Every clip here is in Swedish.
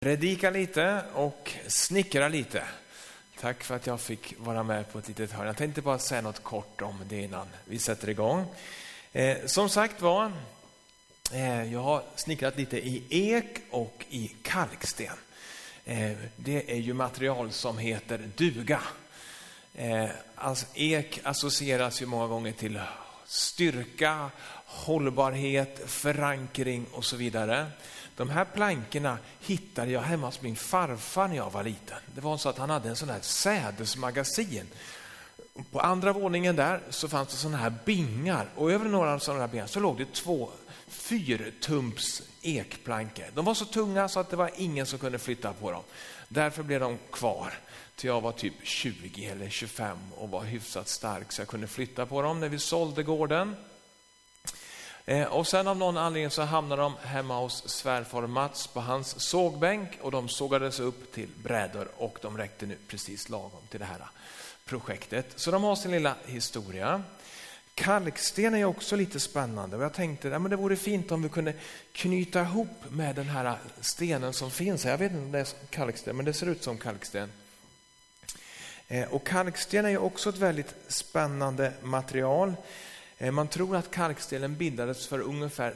Predika lite och snickra lite. Tack för att jag fick vara med på ett litet hörn. Jag tänkte bara säga något kort om det innan vi sätter igång. Som sagt var, jag har snickrat lite i ek och i kalksten. Det är ju material som heter duga. Alltså ek associeras ju många gånger till styrka, hållbarhet, förankring och så vidare. De här plankorna hittade jag hemma hos min farfar när jag var liten. Det var så att han hade en sån här sädesmagasin. På andra våningen där så fanns det såna här bingar. Och över några sådana här bingar så låg det 2 4-tums ekplankor. De var så tunga så att det var ingen som kunde flytta på dem. Därför blev de kvar till jag var typ 20 eller 25 och var hyfsat stark så jag kunde flytta på dem när vi sålde gården. Och sen av någon anledning så hamnade de hemma hos svärfar Mats på hans sågbänk och de sågades upp till brädor och de räckte nu precis lagom till det här projektet. Så de har sin lilla historia. Kalksten är också lite spännande och jag tänkte att det vore fint om vi kunde knyta ihop med den här stenen som finns här. Jag vet inte om det är kalksten men det ser ut som kalksten. Och kalksten är ju också ett väldigt spännande material. Man tror att kalkstenen bildades för ungefär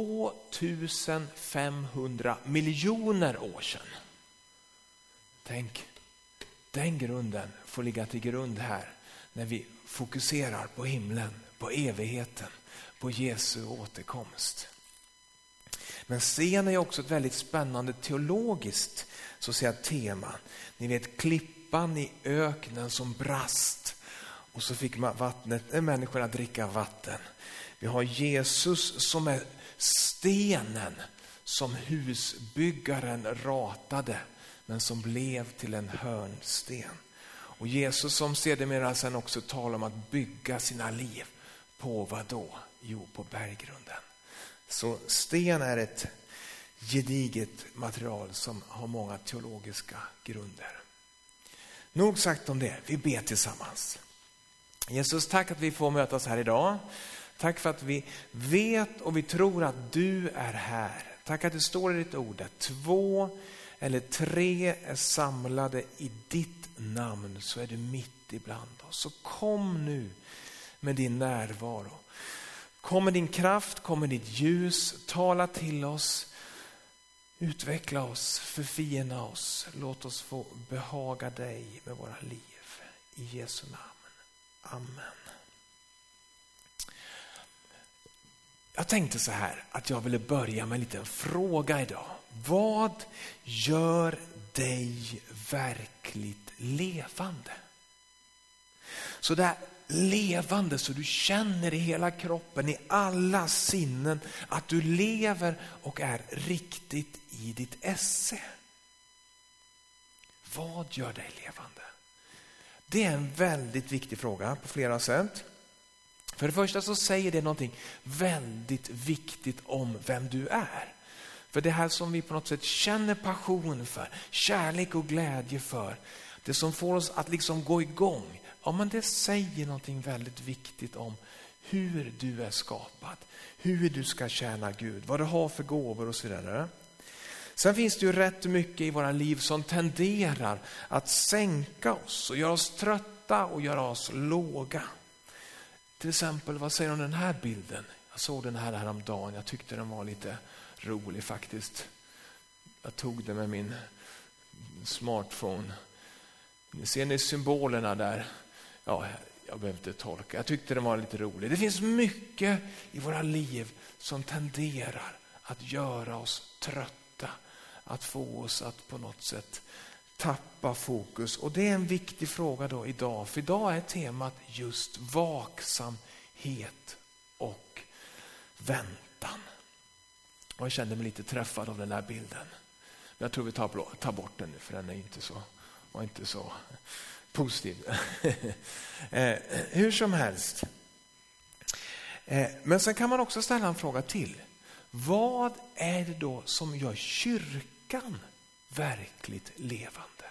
2500 miljoner år sedan. Tänk, den grunden får ligga till grund här när vi fokuserar på himlen, på evigheten, på Jesu återkomst. Men sten är också ett väldigt spännande teologiskt så att säga, tema. Ni vet klippan i öknen som brast. Och så fick människorna dricka vatten. Vi har Jesus som är stenen som husbyggaren ratade men som blev till en hörnsten. Och Jesus som sedermera sen också talar om att bygga sina liv på vad då? Jo, på berggrunden. Så sten är ett gediget material som har många teologiska grunder. Nog sagt om det, vi ber tillsammans. Jesus, tack att vi får mötas här idag. Tack för att vi vet och vi tror att du är här. Tack att det står i ditt ord att 2 eller 3 är samlade i ditt namn så är du mitt ibland oss. Så kom nu med din närvaro. Kom med din kraft, kom med ditt ljus. Tala till oss. Utveckla oss, förfina oss. Låt oss få behaga dig med våra liv. I Jesu namn. Amen. Jag tänkte så här att jag ville börja med en liten fråga idag. Vad gör dig verkligt levande? Så där levande så du känner i hela kroppen, i alla sinnen att du lever och är riktigt i ditt esse. Vad gör dig levande? Det är en väldigt viktig fråga på flera sätt. För det första så säger det någonting väldigt viktigt om vem du är. För det här som vi på något sätt känner passion för, kärlek och glädje för, det som får oss att liksom gå igång, ja men det säger någonting väldigt viktigt om hur du är skapad, hur du ska tjäna Gud, vad du har för gåvor och så vidare. Sen finns det ju rätt mycket i våra liv som tenderar att sänka oss och göra oss trötta och göra oss låga. Till exempel, vad säger du om den här bilden? Jag såg den här häromdagen, jag tyckte den var lite rolig faktiskt. Jag tog den med min smartphone. Ser ni symbolerna där? Ja, jag behöver inte tolka. Jag tyckte den var lite rolig. Det finns mycket i våra liv som tenderar att göra oss trötta. Att få oss att på något sätt tappa fokus. Och det är en viktig fråga då idag. För idag är temat just vaksamhet och väntan. Och jag kände mig lite träffad av den här bilden. Men jag tror vi tar bort den nu för den är var inte så positiv. Hur som helst. Men sen kan man också ställa en fråga till. Vad är det då som gör kyrkan verkligt levande?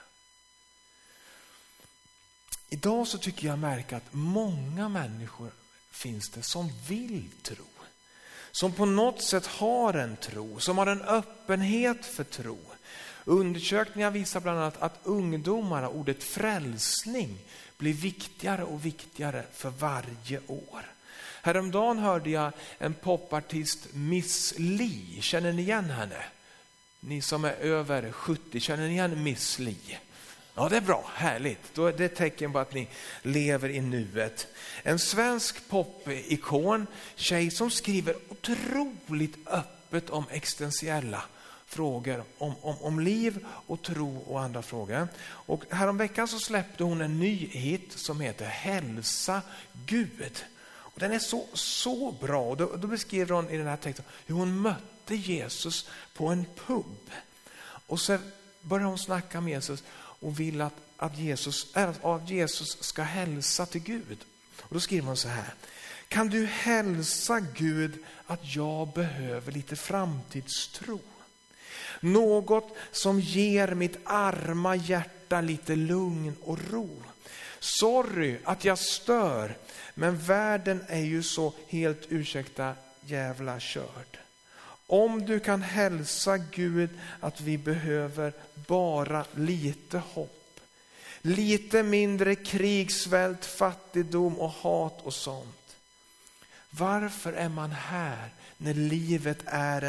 Idag så tycker jag märka att många människor finns det som vill tro. Som på något sätt har en tro, som har en öppenhet för tro. Undersökningar visar bland annat att ungdomarna, ordet frälsning, blir viktigare och viktigare för varje år. Häromdagen hörde jag en popartist, Miss Li. Känner ni igen henne? Ni som är över 70, känner ni igen Miss Li? Ja, det är bra, härligt. Då är det ett tecken på att ni lever i nuet. En svensk popikon, tjej som skriver otroligt öppet om existentiella frågor, om liv och tro och andra frågor. Och häromveckan så släppte hon en ny hit som heter Hälsa Gud. Och den är så bra. Och då beskriver hon i den här texten hur hon mötte Jesus på en pub. Och så börjar hon snacka med Jesus och vill att Jesus ska hälsa till Gud. Och då skriver hon så här: kan du hälsa Gud att jag behöver lite framtidstro? Något som ger mitt arma hjärta lite lugn och ro. Sorry att jag stör, men världen är ju så helt, ursäkta, jävla körd. Om du kan hälsa Gud att vi behöver bara lite hopp. Lite mindre krig, svält, fattigdom och hat och sånt. Varför är man här när livet är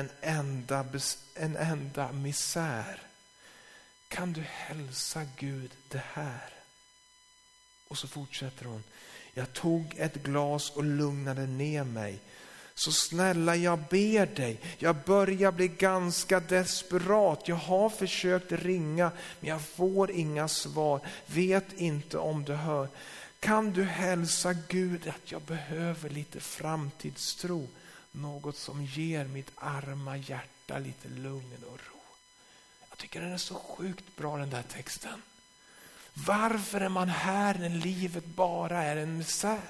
en enda misär? Kan du hälsa Gud det här? Och så fortsätter hon. Jag tog ett glas och lugnade ner mig. Så snälla, jag ber dig. Jag börjar bli ganska desperat. Jag har försökt ringa, men jag får inga svar. Vet inte om du hör. Kan du hälsa Gud att jag behöver lite framtidstro? Något som ger mitt arma hjärta lite lugn och ro. Jag tycker den är så sjukt bra, den där texten. Varför är man här när livet bara är en misär?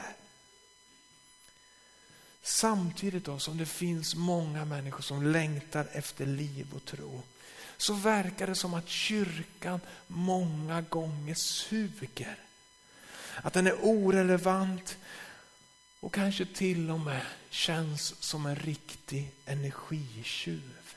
Samtidigt då som det finns många människor som längtar efter liv och tro, så verkar det som att kyrkan många gånger suger. Att den är orelevant och kanske till och med känns som en riktig energitjuv.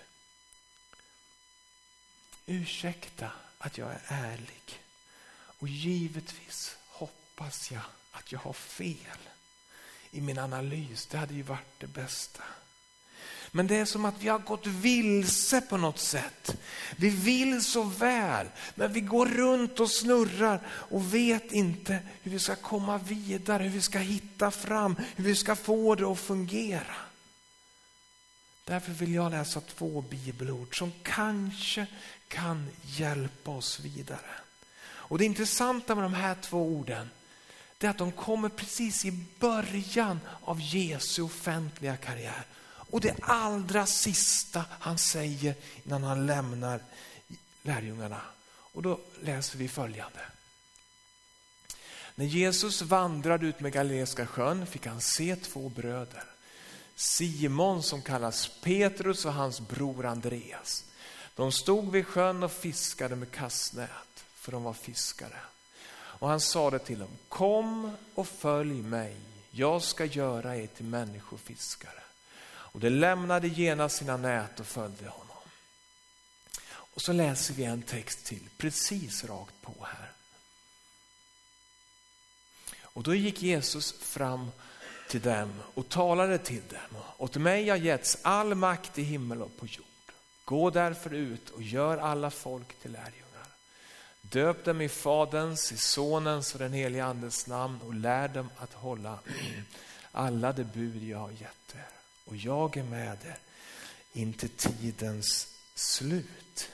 Ursäkta att jag är ärlig. Och givetvis hoppas jag att jag har fel i min analys. Det hade ju varit det bästa. Men det är som att vi har gått vilse på något sätt. Vi vill så väl, men vi går runt och snurrar och vet inte hur vi ska komma vidare, hur vi ska hitta fram, hur vi ska få det att fungera. Därför vill jag läsa 2 bibelord som kanske kan hjälpa oss vidare. Och det intressanta med de här 2 orden, det är att de kommer precis i början av Jesu offentliga karriär. Och det allra sista han säger innan han lämnar lärjungarna. Och då läser vi följande. När Jesus vandrade ut med Galileiska sjön fick han se 2 bröder. Simon som kallas Petrus och hans bror Andreas. De stod vid sjön och fiskade med kastnät, för de var fiskare. Och han sa det till dem: kom och följ mig, jag ska göra er till människofiskare. Och de lämnade genast sina nät och följde honom. Och så läser vi en text till, precis rakt på här. Och då gick Jesus fram till dem och talade till dem: åt mig har getts all makt i himmel och på jord. Gå därför ut och gör alla folk till lärjungar. Döp dem i Faderns, i Sonens och den helige Andes namn och lär dem att hålla alla de bud jag har gett er. Och jag är med er in till tidens slut.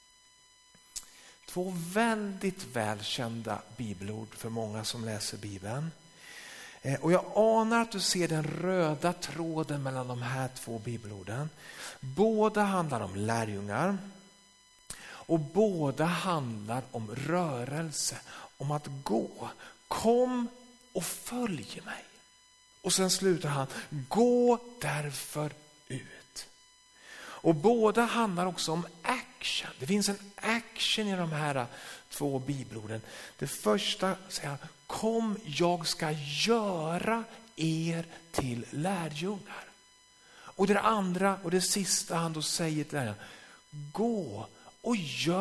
2 väldigt välkända bibelord för många som läser Bibeln. Och jag anar att du ser den röda tråden mellan de här 2 bibelorden. Båda handlar om lärjungar. Och båda handlar om rörelse, om att gå. Kom och följ mig. Och sen slutar han: gå därför ut. Och båda handlar också om action. Det finns en action i de här 2 bibelorden. Det första säger han: kom, jag ska göra er till lärjungar. Och det andra och det sista han då säger till lärjungarna: gå och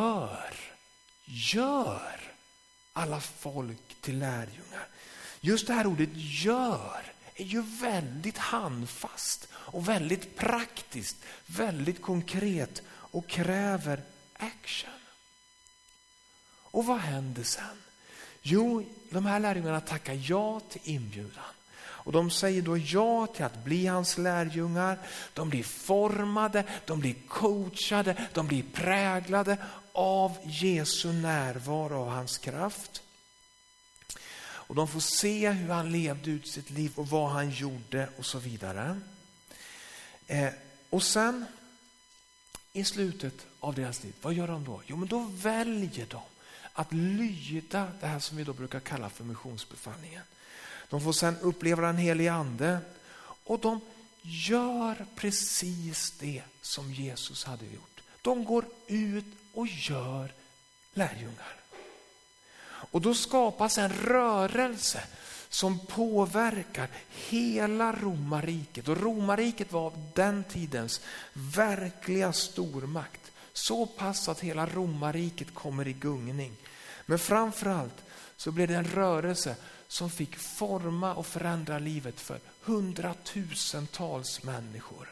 gör alla folk till lärjungar. Just det här ordet gör är ju väldigt handfast och väldigt praktiskt, väldigt konkret och kräver action. Och vad händer sen? Jo, de här lärjungarna tackar ja till inbjudan. Och de säger då ja till att bli hans lärjungar. De blir formade, de blir coachade, de blir präglade av Jesu närvaro och hans kraft. Och de får se hur han levde ut sitt liv och vad han gjorde och så vidare. Och sen i slutet av deras liv, vad gör de då? Jo, men då väljer de att lyda det här som vi då brukar kalla för missionsbefallningen. De får sen uppleva den helige ande och de gör precis det som Jesus hade gjort. De går ut och gör lärjungar. Och då skapas en rörelse som påverkar hela romarriket. Och romarriket var den tidens verkliga stormakt. Så pass att hela romarriket kommer i gungning. Men framförallt så blev det en rörelse som fick forma och förändra livet för hundratusentals människor.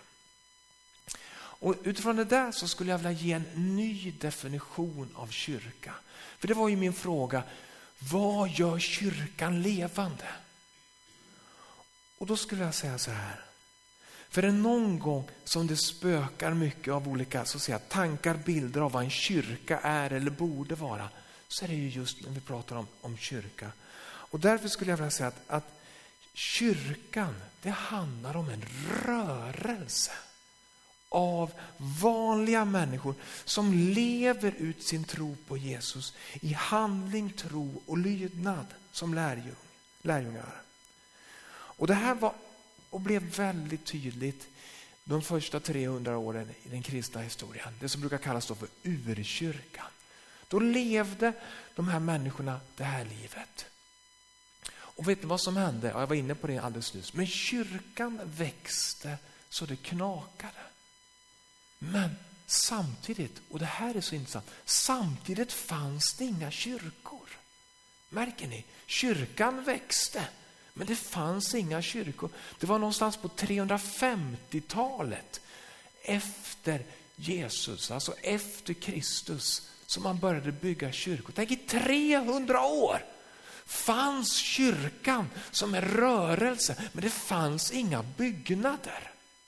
Och utifrån det där så skulle jag vilja ge en ny definition av kyrka. För det var ju min fråga, vad gör kyrkan levande? Och då skulle jag säga så här. För det är någon gång som det spökar mycket av olika så att säga, tankar, bilder av vad en kyrka är eller borde vara, så är det ju just när vi pratar om kyrka. Och därför skulle jag vilja säga att kyrkan, det handlar om en rörelse av vanliga människor som lever ut sin tro på Jesus i handling, tro och lydnad som lärjungar. Och det här var och blev väldigt tydligt de första 300 åren i den kristna historien. Det som brukar kallas då för urkyrkan. Då levde de här människorna det här livet. Och vet ni vad som hände? Jag var inne på det alldeles nyss. Men kyrkan växte så det knakade. Men samtidigt, och det här är så intressant, samtidigt fanns det inga kyrkor. Märker ni? Kyrkan växte, men det fanns inga kyrkor. Det var någonstans på 350-talet efter Jesus, alltså efter Kristus, som man började bygga kyrkor. Tänk, i 300 år fanns kyrkan som en rörelse, men det fanns inga byggnader.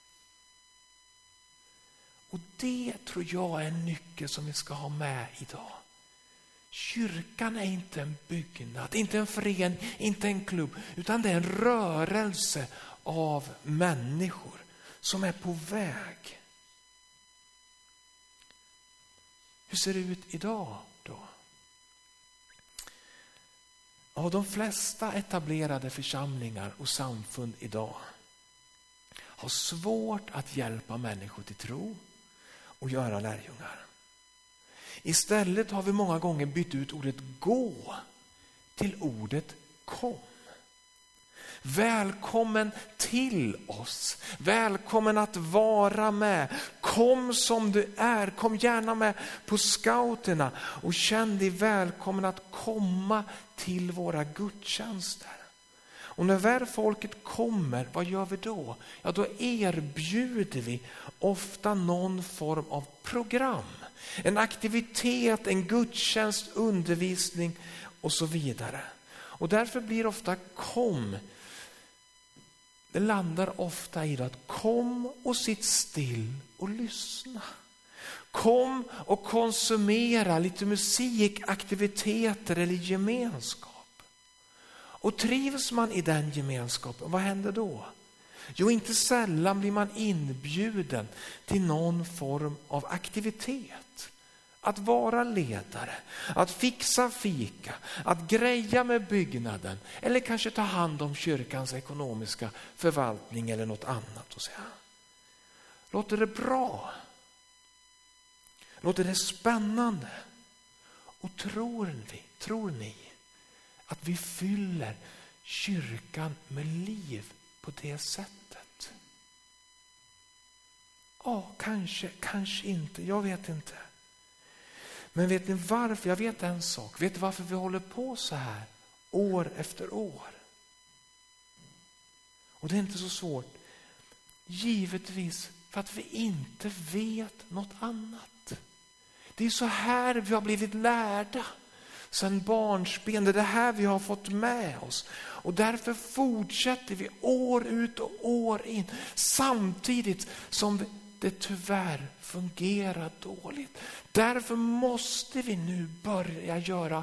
Och det tror jag är en nyckel som vi ska ha med idag. Kyrkan är inte en byggnad, inte en förening, inte en klubb, utan det är en rörelse av människor som är på väg. Hur ser det ut idag då? Ja, de flesta etablerade församlingar och samfund idag har svårt att hjälpa människor till tro och göra lärjungar. Istället har vi många gånger bytt ut ordet gå till ordet kom. Välkommen till oss. Välkommen att vara med. Kom som du är. Kom gärna med på scouterna och känn dig välkommen att komma till våra gudstjänster. Och när väl folket kommer, vad gör vi då? Ja, då erbjuder vi ofta någon form av program. En aktivitet, en gudstjänst, undervisning och så vidare. Och därför blir ofta kom. Det landar ofta i att kom och sitt still och lyssna. Kom och konsumera lite musik, aktiviteter eller gemenskap. Och trivs man i den gemenskapen, vad händer då? Jo, inte sällan blir man inbjuden till någon form av aktivitet. Att vara ledare, att fixa fika, att greja med byggnaden eller kanske ta hand om kyrkans ekonomiska förvaltning eller något annat. Och så. Låter det bra? Låter det spännande? Och tror ni att vi fyller kyrkan med liv på det sättet? Ja, kanske inte. Jag vet inte. Men vet ni varför? Jag vet en sak. Vet ni varför vi håller på så här år efter år? Och det är inte så svårt. Givetvis för att vi inte vet något annat. Det är så här vi har blivit lärda sedan barnsben. Det är det här vi har fått med oss. Och därför fortsätter vi år ut och år in. Samtidigt som det tyvärr fungerar dåligt. Därför måste vi nu börja göra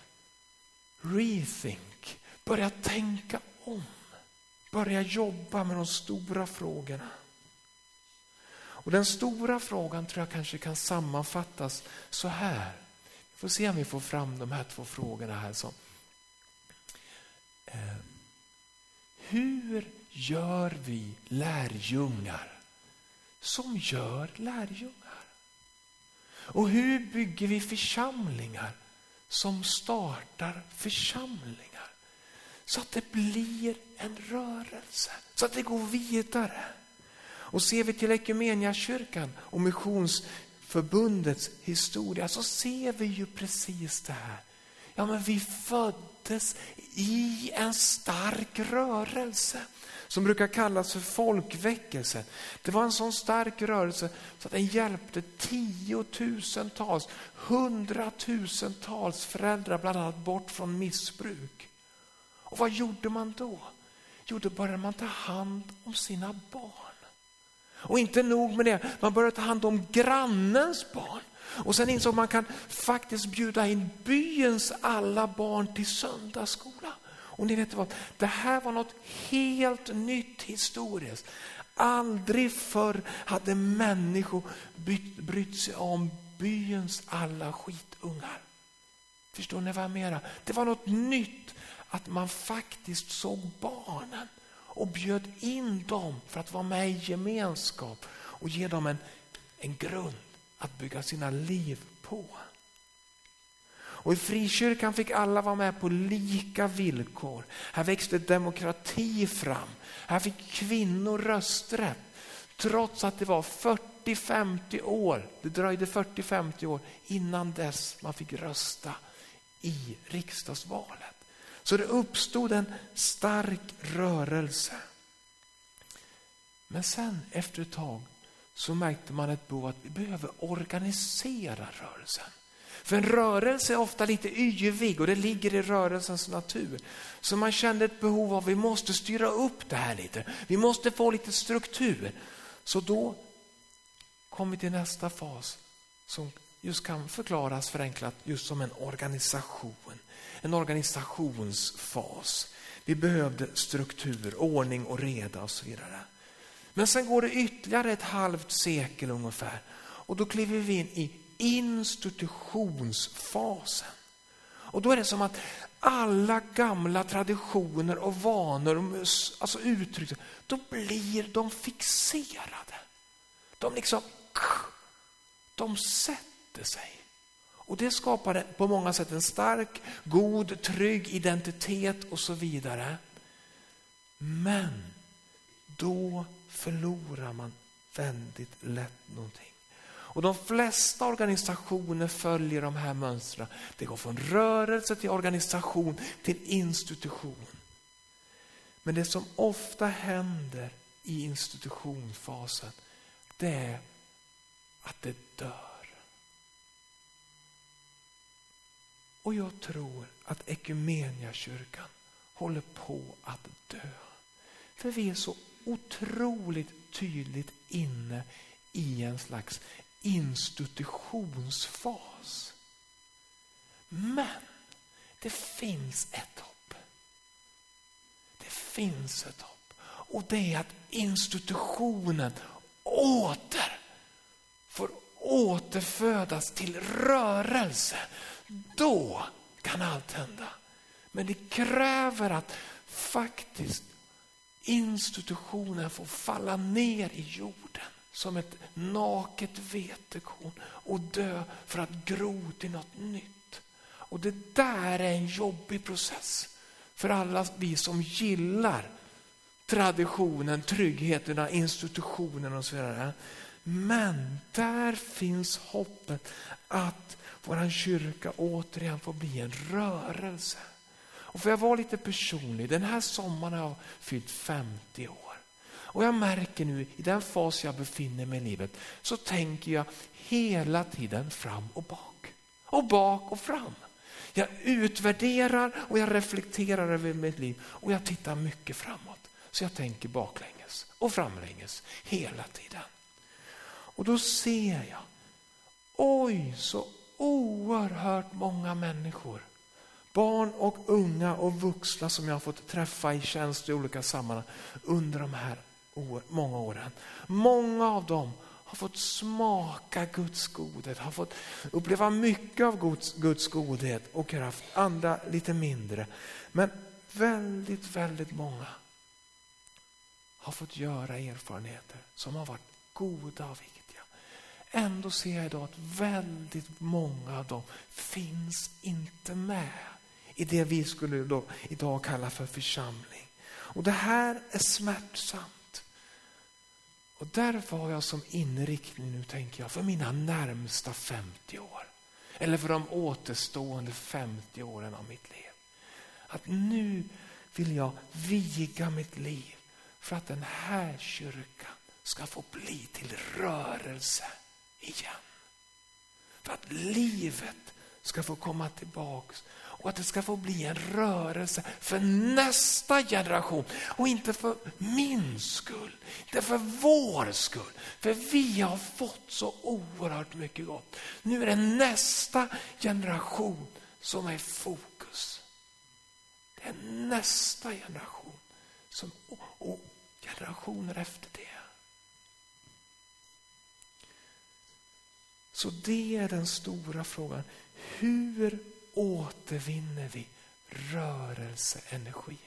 rethink. Börja tänka om. Börja jobba med de stora frågorna. Och den stora frågan tror jag kanske kan sammanfattas så här. Vi får se om vi får fram de här 2 frågorna här. Hur gör vi lärjungar som gör lärjungar? Och hur bygger vi församlingar som startar församlingar? Så att det blir en rörelse, så att det går vidare. Och ser vi till Ekumeniakyrkan och Missionsförbundets historia så ser vi ju precis det här. Ja, men vi föddes i en stark rörelse som brukar kallas för folkväckelse. Det var en sån stark rörelse så att den hjälpte 10 000-tals, 100 000-tals föräldrar bland annat bort från missbruk. Och vad gjorde man då? Jo, då började man ta hand om sina barn. Och inte nog med det, man började ta hand om grannens barn. Och sen insåg man kan faktiskt bjuda in byns alla barn till söndagsskola. Och ni vet vad, det här var något helt nytt historiskt. Aldrig förr hade människor brytt sig om byns alla skitungar. Förstår ni vad jag menar? Det var något nytt att man faktiskt såg barnen och bjöd in dem för att vara med i gemenskap och ge dem en grund att bygga sina liv på. Och i frikyrkan fick alla vara med på lika villkor. Här växte demokrati fram. Här fick kvinnor rösträtt. Trots att det var 40-50 år. Det dröjde 40-50 år innan dess man fick rösta i riksdagsvalet. Så det uppstod en stark rörelse. Men sen efter ett tag så märkte man ett behov att vi behöver organisera rörelsen. För en rörelse är ofta lite yvig och det ligger i rörelsens natur. Så man kände ett behov av vi måste styra upp det här lite. Vi måste få lite struktur. Så då kom vi till nästa fas som just kan förklaras förenklat just som en organisation. En organisationsfas. Vi behövde struktur, ordning och reda och så vidare. Men sen går det ytterligare ett halvt sekel ungefär. Och då kliver vi in i institutionsfasen. Och då är det som att alla gamla traditioner och vanor, alltså uttryck, då blir de fixerade. De sätter sig. Och det skapar på många sätt en stark, god, trygg identitet och så vidare. Men då förlorar man väldigt lätt någonting. Och de flesta organisationer följer de här mönstren. Det går från rörelse till organisation till institution. Men det som ofta händer i institutionsfasen, det är att det dör. Och jag tror att Ekumeniakyrkan håller på att dö. För vi är så otroligt tydligt inne i en slags institutionsfas. Men det finns ett hopp. Det finns ett hopp. Och det är att institutionen får återfödas till rörelse. Då kan allt hända. Men det kräver att faktiskt institutionen får falla ner i jorden som ett naket vetekorn och dö för att gro till något nytt. Och det där är en jobbig process för alla vi som gillar traditionen, tryggheten, institutionen och så vidare. Men där finns hoppet att våran kyrka återigen får bli en rörelse. Och för jag var lite personlig, den här sommaren har jag fyllt 50 år. Och jag märker nu i den fas jag befinner mig i livet så tänker jag hela tiden fram och bak. Och bak och fram. Jag utvärderar och jag reflekterar över mitt liv och jag tittar mycket framåt. Så jag tänker baklänges och framlänges hela tiden. Och då ser jag, oj så oerhört många människor. Barn och unga och vuxna som jag har fått träffa i tjänst i olika sammanhang under de här många åren. Många av dem har fått smaka Guds godhet, har fått uppleva mycket av Guds godhet och kraft, andra lite mindre. Men väldigt, väldigt många har fått göra erfarenheter som har varit goda och viktiga. Ändå ser jag idag att väldigt många av dem finns inte med i det vi skulle då idag kalla för församling. Och det här är smärtsamt. Och där var jag som inriktning nu, tänker jag, för mina närmsta 50 år. Eller för de återstående 50 åren av mitt liv. Att nu vill jag viga mitt liv för att den här kyrkan ska få bli till rörelse igen. För att livet ska få komma tillbaks. Och att det ska få bli en rörelse för nästa generation. Och inte för min skull. Inte för vår skull. För vi har fått så oerhört mycket gott. Nu är det nästa generation som är i fokus. Det är nästa generation. Och generationer efter det. Så det är den stora frågan. Hur återvinner vi rörelseenergin?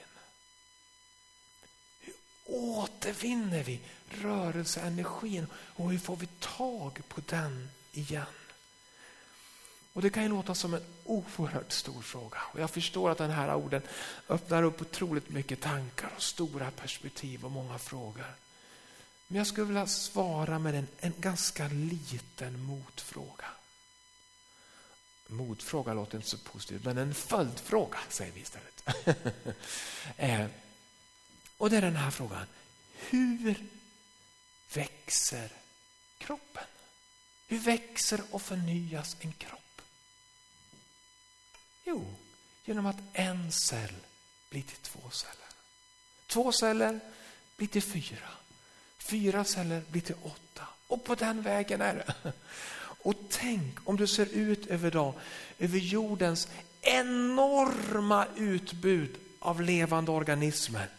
Hur återvinner vi rörelseenergin och hur får vi tag på den igen? Och det kan ju låta som en oerhört stor fråga. Och jag förstår att den här orden öppnar upp otroligt mycket tankar och stora perspektiv och många frågor. Men jag skulle vilja svara med en ganska liten motfråga. Motfråga låter inte så positivt, men en följdfråga säger vi istället. Och det är den här frågan. Hur växer kroppen? Hur växer och förnyas en kropp? Jo, genom att en cell blir till 2 celler. 2 celler blir till 4. 4 celler blir till 8. Och på den vägen är det. Och tänk om du ser ut över jordens enorma utbud av levande organismer.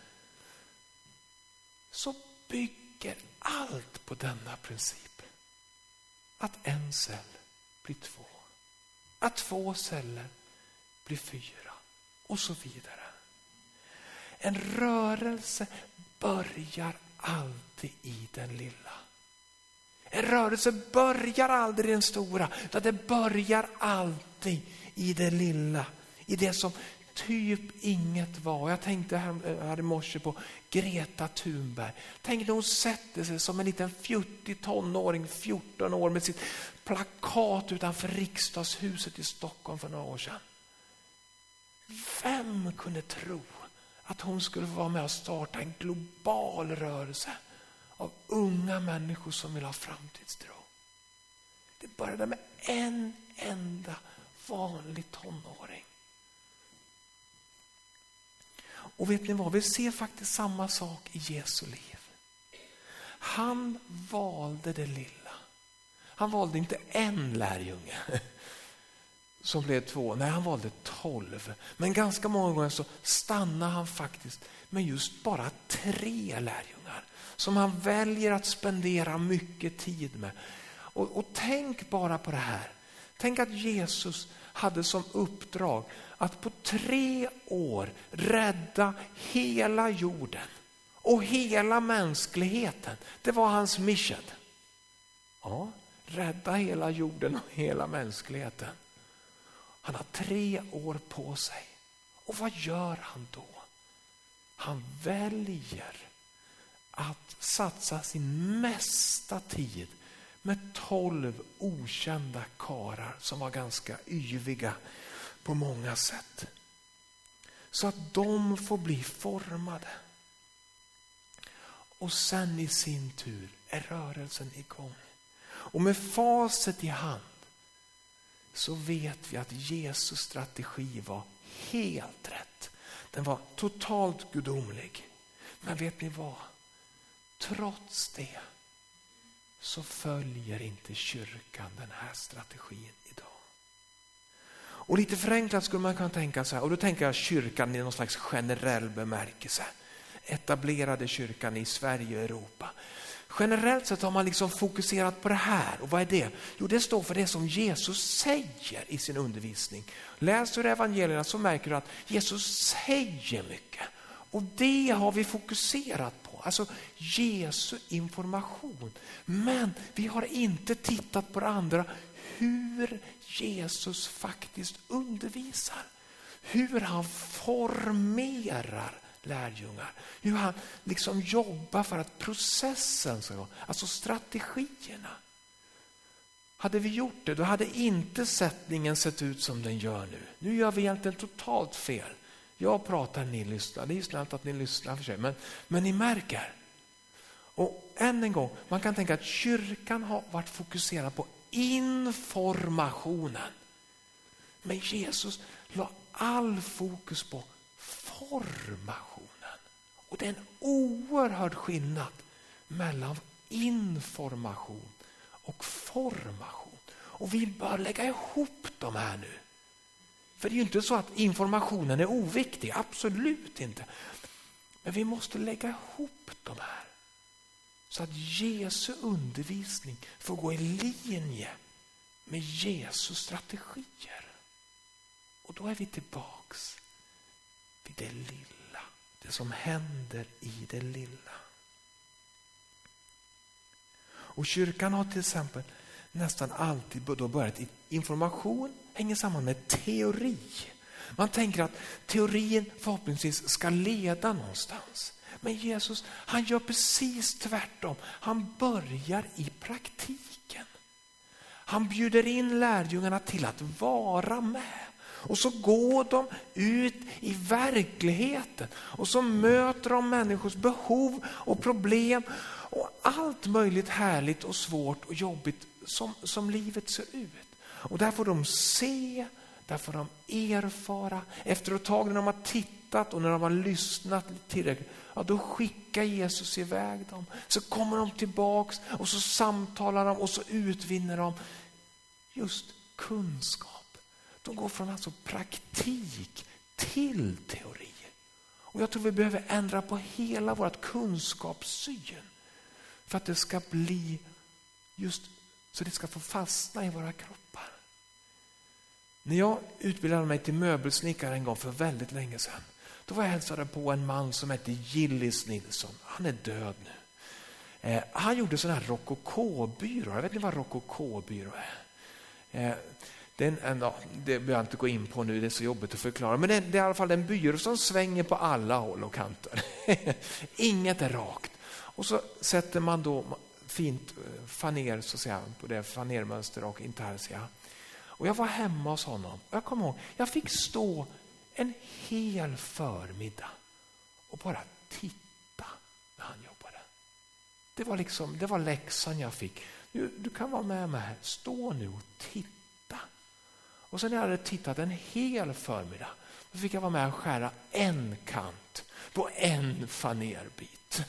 Så bygger allt på denna princip. Att en cell blir 2. Att 2 celler blir 4. Och så vidare. En rörelse börjar alltid i den lilla. En rörelse börjar aldrig i den stora, utan det börjar alltid i det lilla. I det som typ inget var. Jag tänkte här i morse på Greta Thunberg. Tänk när hon sätter sig som en liten 40-tonåring, 14 år, med sitt plakat utanför riksdagshuset i Stockholm för några år sedan. Vem kunde tro att hon skulle vara med och starta en global rörelse av unga människor som vill ha framtidstro? Det började med en enda vanlig tonåring. Och vet ni vad? Vi ser faktiskt samma sak i Jesu liv. Han valde det lilla. Han valde inte en lärjunge som blev 2. Nej, han valde 12. Men ganska många gånger så stannade han faktiskt med just bara 3 lärjungar. Som han väljer att spendera mycket tid med. Och tänk bara på det här. Tänk att Jesus hade som uppdrag att på 3 år rädda hela jorden och hela mänskligheten. Det var hans mission. Ja, rädda hela jorden och hela mänskligheten. Han har 3 år på sig. Och vad gör han då? Han väljer att satsa sin mesta tid med 12 okända karar som var ganska yviga på många sätt. Så att de får bli formade. Och sen i sin tur är rörelsen igång. Och med facit i hand så vet vi att Jesus strategi var helt rätt. Den var totalt gudomlig. Men vet ni vad? Trots det så följer inte kyrkan den här strategin idag. Och lite förenklat skulle man kunna tänka så här, och då tänker jag kyrkan i någon slags generell bemärkelse. Etablerade kyrkan i Sverige och Europa. Generellt sett har man liksom fokuserat på det här. Och vad är det? Jo, det står för det som Jesus säger i sin undervisning. Läser du evangelierna så märker du att Jesus säger mycket. Och det har vi fokuserat på. Alltså Jesu information. Men vi har inte tittat på det andra. Hur Jesus faktiskt undervisar. Hur han formerar lärjungar. Hur han liksom jobbar för att processen ska gå. Alltså strategierna. Hade vi gjort det, då hade inte sättningen sett ut som den gör nu. Nu gör vi egentligen totalt fel. Jag pratar, ni lyssnar. Det är ju snällt att ni lyssnar för sig. Men ni märker. Och än en gång, man kan tänka att kyrkan har varit fokuserad på informationen. Men Jesus la all fokus på formationen. Och det är en oerhörd skillnad mellan information och formation. Och vi bör lägga ihop de här nu. För det är ju inte så att informationen är oviktig, absolut inte. Men vi måste lägga ihop de här. Så att Jesu undervisning får gå i linje med Jesu strategier. Och då är vi tillbaks vid det lilla. Det som händer i det lilla. Och kyrkan har till exempel nästan alltid då börjat i information hänger samman med teori. Man tänker att teorin förhoppningsvis ska leda någonstans. Men Jesus, han gör precis tvärtom. Han börjar i praktiken. Han bjuder in lärjungarna till att vara med. Och så går de ut i verkligheten. Och så möter de människors behov och problem. Och allt möjligt härligt och svårt och jobbigt som livet ser ut. Och där får de se, där får de erfara. Efter ett tag när de har tittat och när de har lyssnat tillräckligt, ja, då skickar Jesus iväg dem. Så kommer de tillbaks och så samtalar de och så utvinner de just kunskap. De går från alltså praktik till teori. Och jag tror vi behöver ändra på hela vårt kunskapssyn. För att det ska bli just så det ska få fastna i våra kroppar. När jag utbildade mig till möbelsnickare en gång för väldigt länge sedan. Då var jag hälsade på en man som hette Gillis Nilsson. Han är död nu. Han gjorde sådana här rokokobyrå. Jag vet inte vad rokokobyrå är. Det behöver jag inte gå in på nu, det är så jobbigt att förklara. Men det är i alla fall en byrå som svänger på alla håll och kanter. Inget är rakt. Och så sätter man då fint faner så att säga, på det fanermönster och intarsia. Och jag var hemma hos honom. Och jag kommer ihåg, jag fick stå en hel förmiddag och bara titta när han jobbade. Det var läxan jag fick. Du kan vara med mig här. Stå nu och titta. Och sen när jag hade tittat en hel förmiddag, då fick jag vara med och skära en kant på en fanerbit.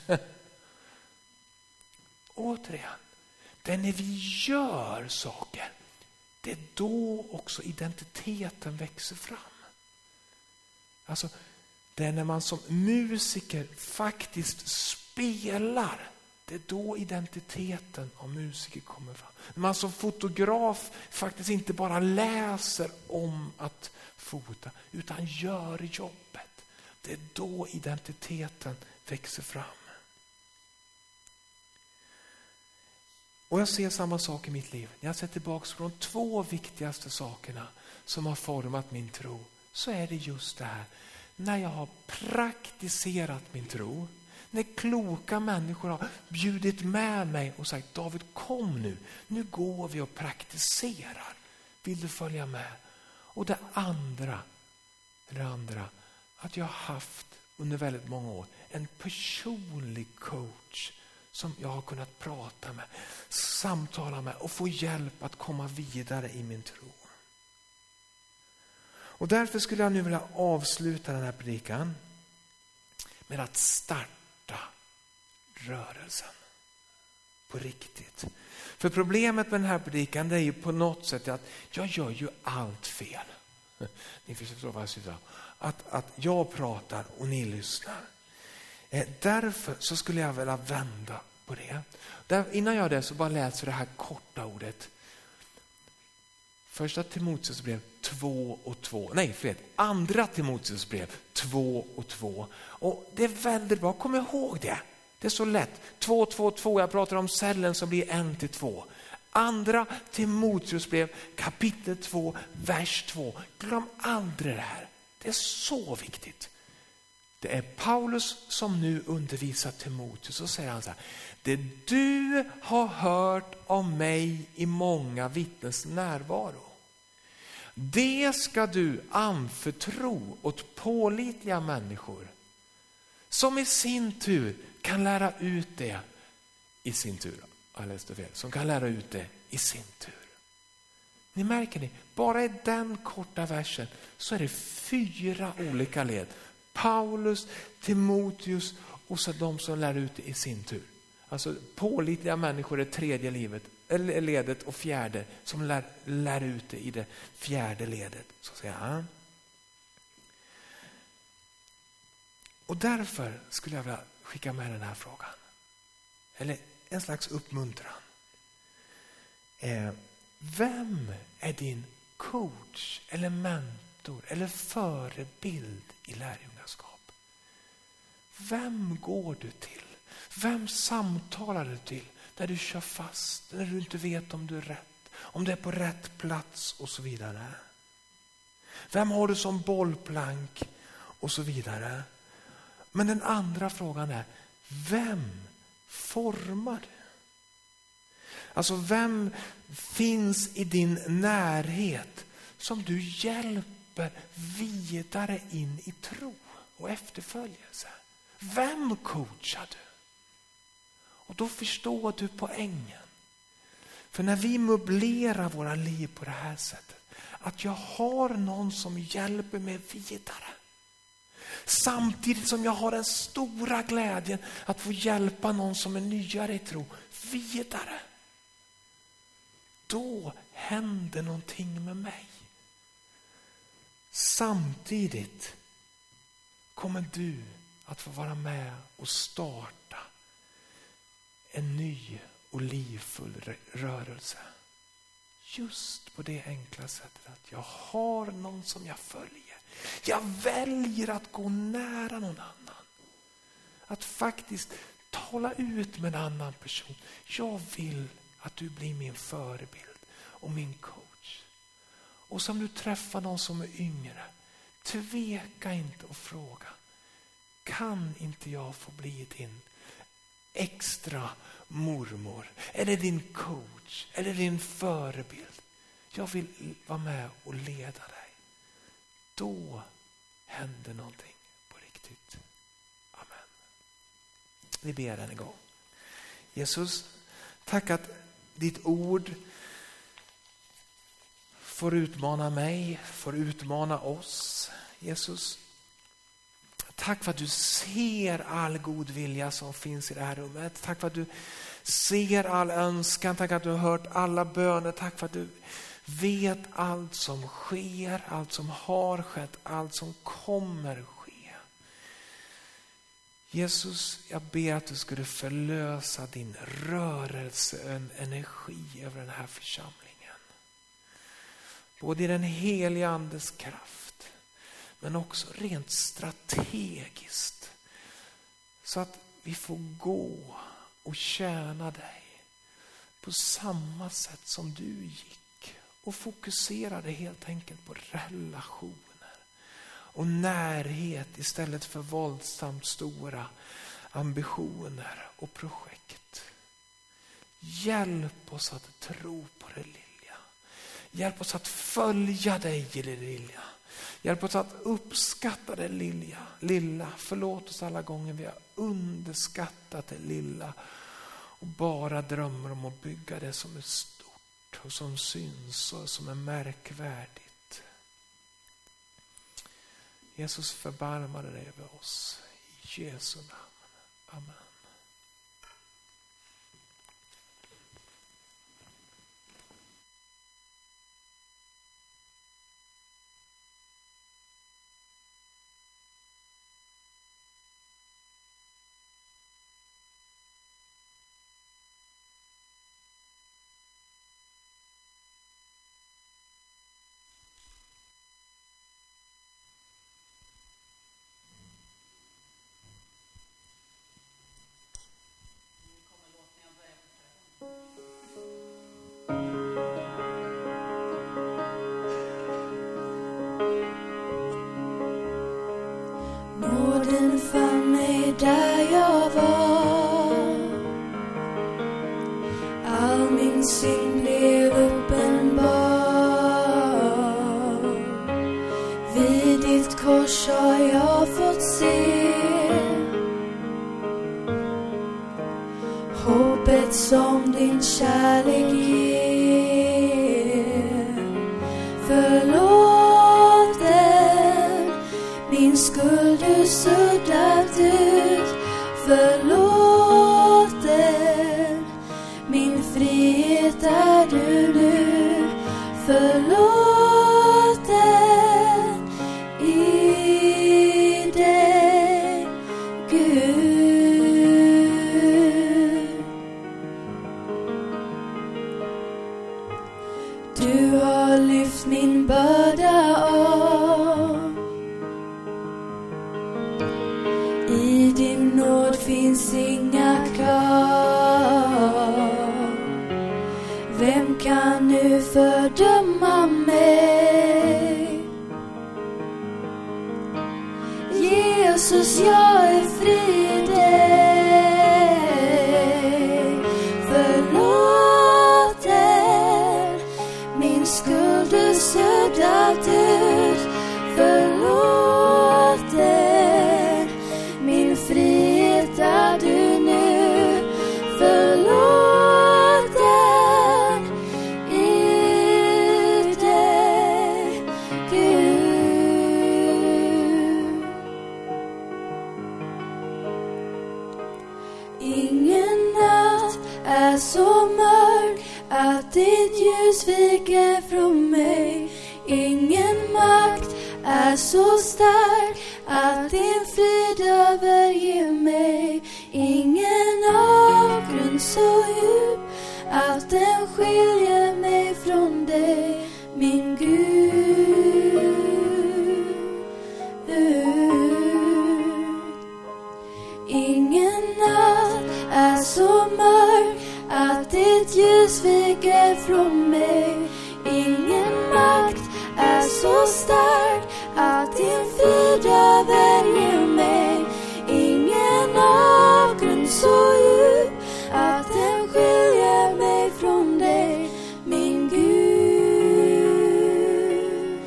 Återigen, det är när vi gör saker, det är då också identiteten växer fram. Alltså, det är när man som musiker faktiskt spelar, det är då identiteten av musiker kommer fram. När man som fotograf faktiskt inte bara läser om att fota, utan gör jobbet. Det är då identiteten växer fram. Och jag ser samma sak i mitt liv. När jag ser tillbaka på de 2 viktigaste sakerna som har format min tro, så är det just det här. När jag har praktiserat min tro, När kloka människor har bjudit med mig och sagt, David, kom nu går vi och praktiserar. Vill du följa med? Och det andra, att jag har haft under väldigt många år en personlig coach som jag har kunnat prata med, samtala med och få hjälp att komma vidare i min tro. Och därför skulle jag nu vilja avsluta den här predikan med att starta rörelsen på riktigt. För problemet med den här predikan, det är ju på något sätt att jag gör ju allt fel. Ni förstår vad jag syftar. Att jag pratar och ni lyssnar. Därför så skulle jag vilja vända på det. Innan jag gör det så bara läser det här korta ordet. Första Timoteus brev 2:2. Nej, andra Timoteus brev 2:2. Och det är väldigt bra, kom ihåg det. Det är så lätt. 2:2, jag pratar om cellen som blir 1-2. Andra Timoteus brev kapitel 2, vers 2. Glöm aldrig det här. Det är så viktigt. Det är Paulus som nu undervisar Timoteus och säger han så här. Det du har hört om mig i många vittnes närvaro. Det ska du anförtro åt pålitliga människor. Som i sin tur kan lära ut det i sin tur. Jag läste fel. Som kan lära ut det i sin tur. Ni märker ni, bara i den korta versen så är det 4 olika led. Paulus, Timoteus och så de som lär ut det i sin tur. Alltså pålitliga människor är 3:e ledet och 4:e som lär ut det i det 4:e ledet. Så säger han. Och därför skulle jag vilja skicka med den här frågan. Eller en slags uppmuntran. Vem är din coach eller mentor eller förebild i lärjungaskap? Vem går du till? Vem samtalar du till när du kör fast, när du inte vet om du är rätt, om du är på rätt plats och så vidare? Vem har du som bollplank och så vidare? Men den andra frågan är, vem formar du? Alltså vem finns i din närhet som du hjälper vidare in i tro och efterföljelse? Vem coachar du? Och då förstår du poängen. För när vi möblerar våra liv på det här sättet, att jag har någon som hjälper mig vidare. Samtidigt som jag har den stora glädjen att få hjälpa någon som är nyare i tro vidare. Då händer någonting med mig. Samtidigt kommer du att få vara med och starta en ny och livfull rörelse. Just på det enkla sättet att jag har någon som jag följer. Jag väljer att gå nära någon annan. Att faktiskt tala ut med en annan person. Jag vill att du blir min förebild och min coach. Och som du träffar någon som är yngre, tveka inte och fråga. Kan inte jag få bli din extra mormor? Eller din coach? Eller din förebild? Jag vill vara med och leda dig. Då händer någonting på riktigt. Amen. Vi ber en gång. Jesus, tack att ditt ord får utmana mig, får utmana oss. Jesus, tack för att du ser all god vilja som finns i det här rummet. Tack för att du ser all önskan. Tack att du har hört alla böner. Tack för att du vet allt som sker, allt som har skett, allt som kommer ske. Jesus, jag ber att du skulle förlösa din rörelse, energi över den här församlingen. Både i den heliga andes kraft, men också rent strategiskt. Så att vi får gå och tjäna dig på samma sätt som du gick. Och fokuserade helt enkelt på relationer och närhet istället för våldsamt stora ambitioner och projekt. Hjälp oss att tro på det lilla. Hjälp oss att följa dig i det lilla. Hjälp oss att uppskatta det lilla. Förlåt oss alla gånger vi har underskattat det lilla och bara drömmer om att bygga det som är stort och som syns och som är märkvärdigt. Jesus, förbarma dig över oss. I Jesu namn. Amen. Nåden fann mig där jag var. All min synd blev uppenbar. Vid ditt kors har jag fått se hoppet som din kärlek ger. Förlåten, min skuld du suddat ut. Förlåten, min frihet är du nu. Förlåten i dig, Gud. Du har lyft min börda av. I din nåd finns inga krav. Vem kan nu fördöma mig? Jesus, jag är fri i dig. Förlåten, min skuld du suddat ut. Förlåten, min frihet är du nu. Förlåten i dig, Gud. Ingen natt är så mörk att ditt ljus viker från mig. Ingen makt är så stark att din frid överger mig. Ingen avgrund så djup att den skiljer mig från dig, min Gud. Ingen natt är så mörk att ditt ljus viker från mig. Ingen makt är så stark att din frid överger mig. Ingen avgrund så djup att den skiljer mig från dig, min Gud.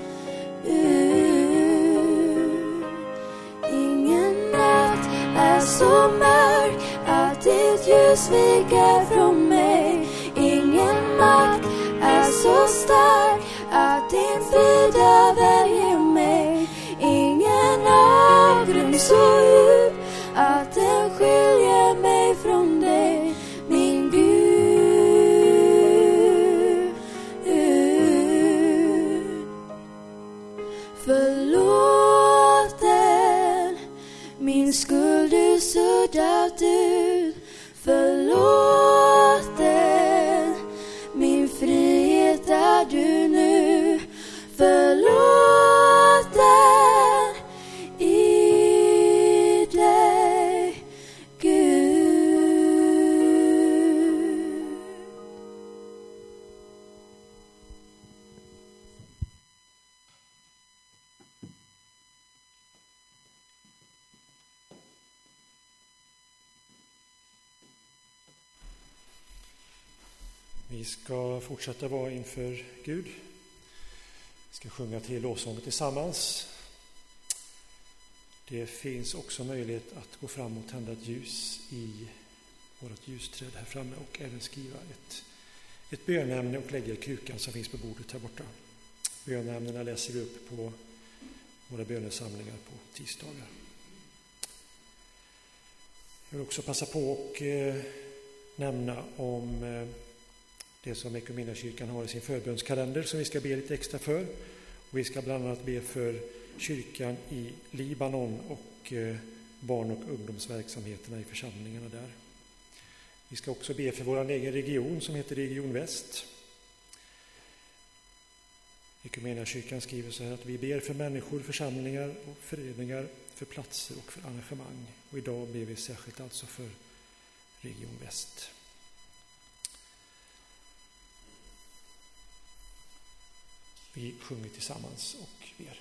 Ingen natt är så mörk att ditt ljus viker från mig. Ingen makt är så stark att din frid överger mig. Ingen avgrund så djup att den skiljer mig från dig, min Gud. Förlåten, min skuld du suddat ut. Förlåten, min frihet är du nu. Förlåten i dig, Gud. Vi ska fortsätta vara inför Gud. Vi ska sjunga till lovsånger tillsammans. Det finns också möjlighet att gå fram och tända ett ljus i vårt ljusträd här framme och även skriva ett bönämne och lägga krukan som finns på bordet här borta. Bönämnena läser vi upp på våra bönesamlingar på tisdagar. Jag vill också passa på och nämna om det som Equmeniakyrkan har i sin förbönskalender som vi ska be lite extra för. Och vi ska bland annat be för kyrkan i Libanon och barn- och ungdomsverksamheterna i församlingarna där. Vi ska också be för vår egen region som heter Region Väst. Equmeniakyrkan skriver så här att vi ber för människor, församlingar och föreningar, för platser och för arrangemang. Och idag ber vi särskilt alltså för Region Väst. Vi sjunger tillsammans och ber.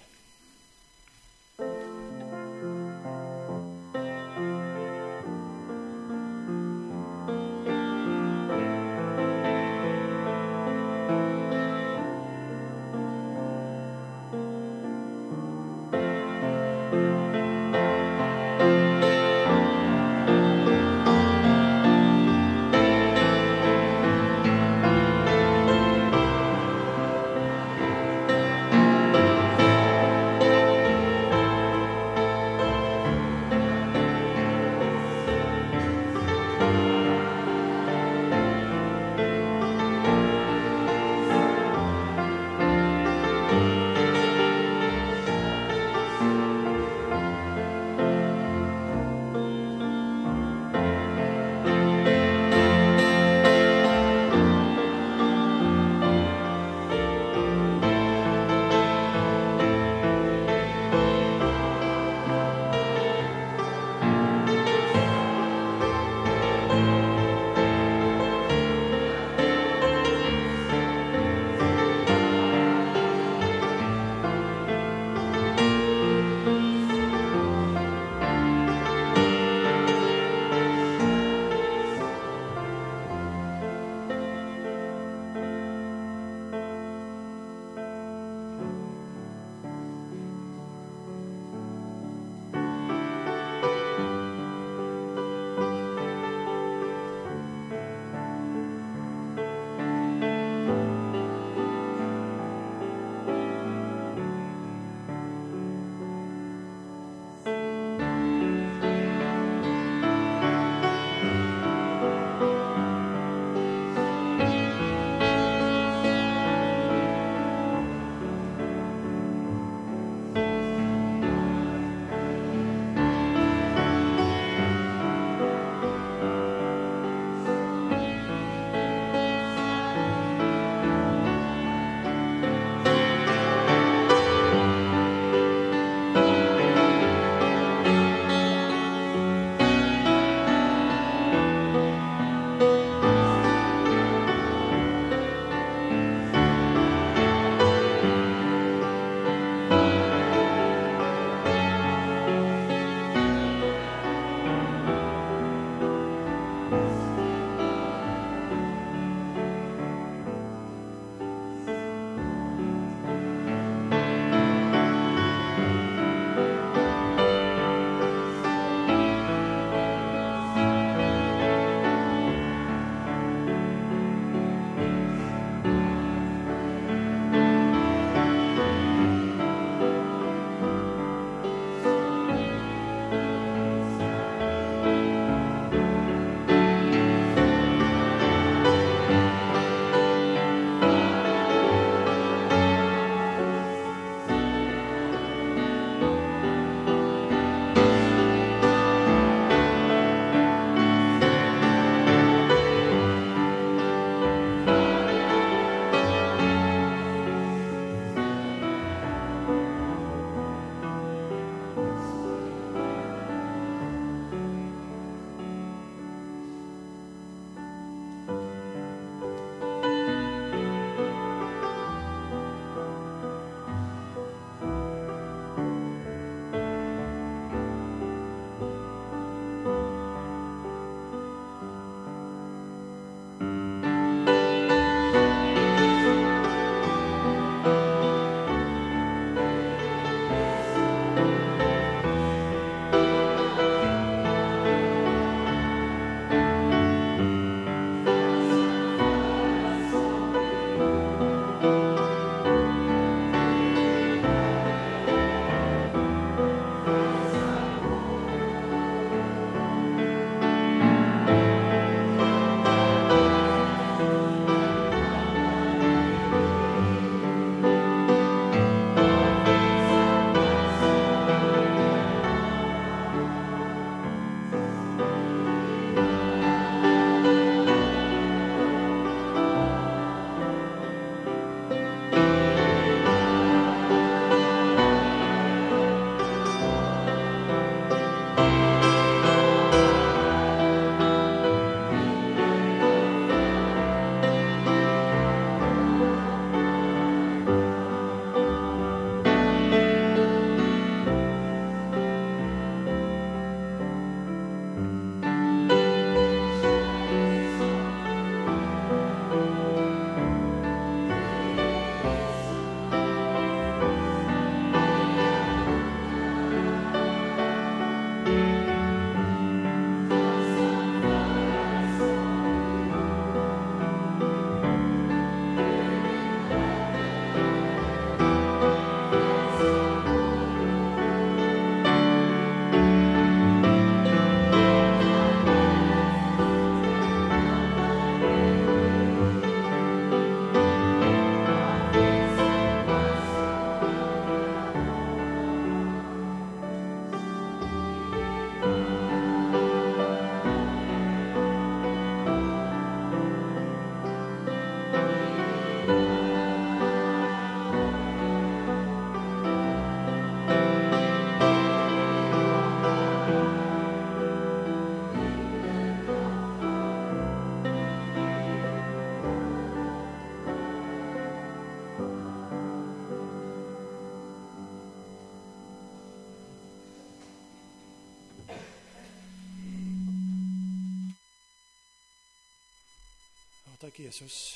Tack Jesus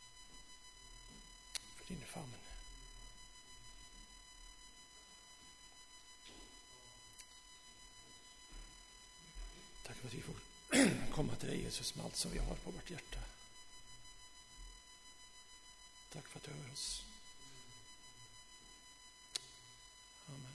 för din famn. Tack för att vi får komma till dig Jesus med allt som vi har på vårt hjärta. Tack för att du hör oss. Amen.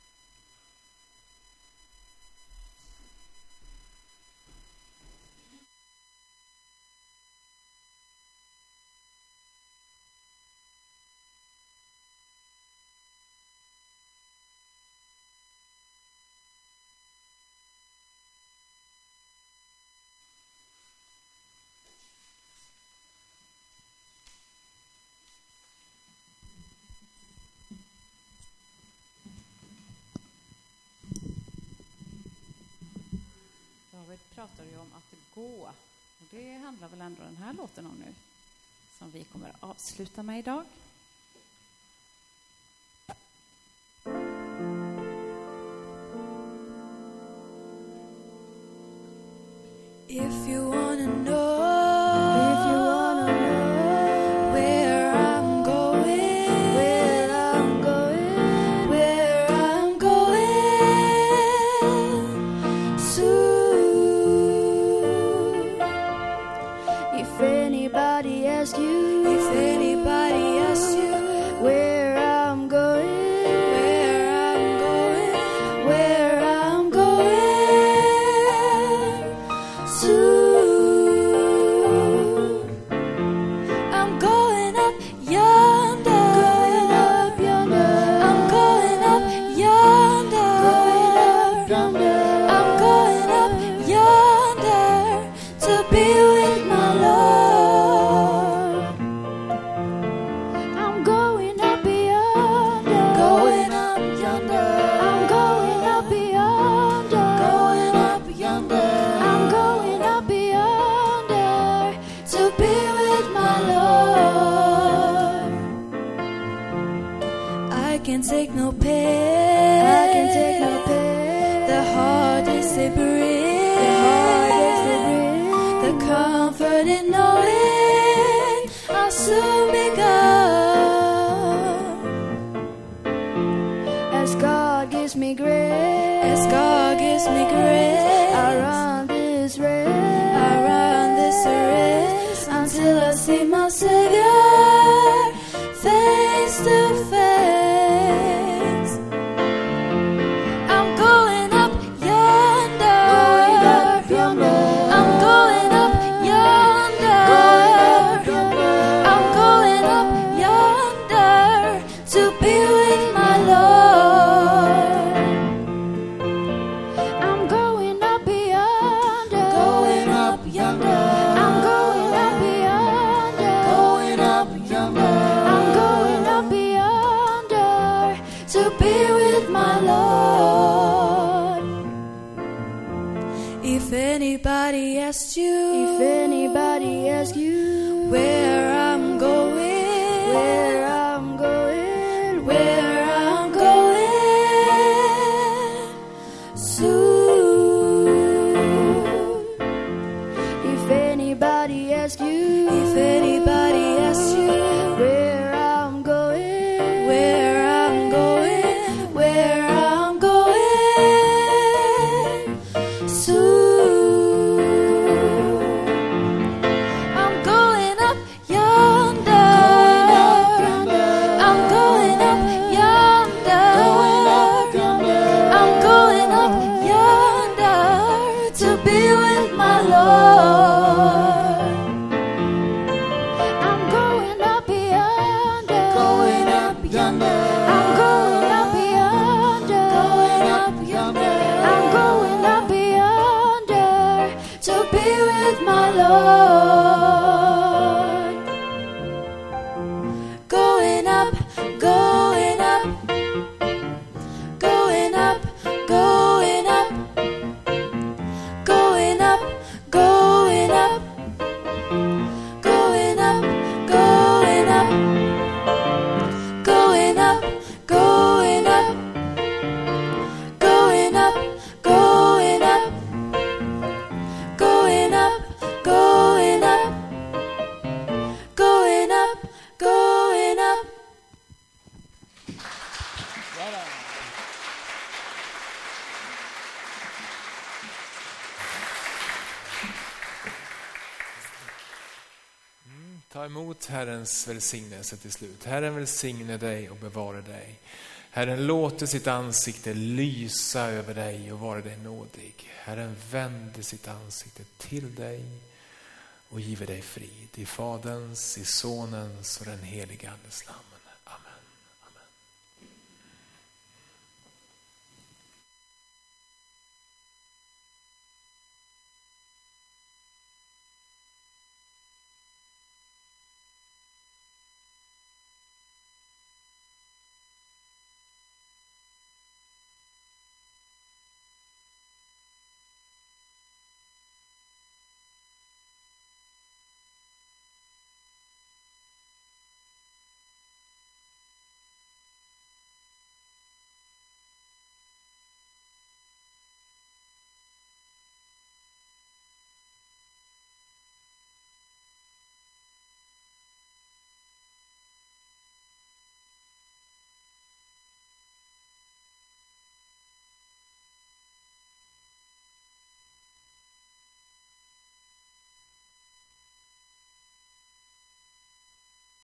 David pratar ju om att gå. Och det handlar väl ändå den här låten om nu. Som vi kommer att avsluta med idag. If you wanna know where I'm going, where I'm going soon. If anybody asks you where I'm going, where I'm going soon. I'm going up yonder, I'm going up yonder, I'm going up yonder to be with my Lord. I'm going up yonder, going up yonder. I'm going up yonder, going up yonder. I'm going up yonder to be with my Lord. I can take no pain, the hardest they bring, the comfort in knowing I'll soon be gone. As God gives me grace, I run this race, until I see my Savior face to face. I'm going up yonder, I'm going up yonder, I'm going up yonder to be with my Lord. I'm going up yonder, I'm going up yonder, I'm going up yonder to be with my Lord. If anybody asks you, where I'm going, where I'm going soon. If anybody asks you, where I'm going, where I'm going soon. I'm going up Ta emot Herrens välsignelse till slut. Herren välsigne dig och bevara dig. Herren låter sitt ansikte lysa över dig och vara dig nådig. Herren vänder sitt ansikte till dig och giver dig frid. I Faderns, i Sonens och den helige Andes namn.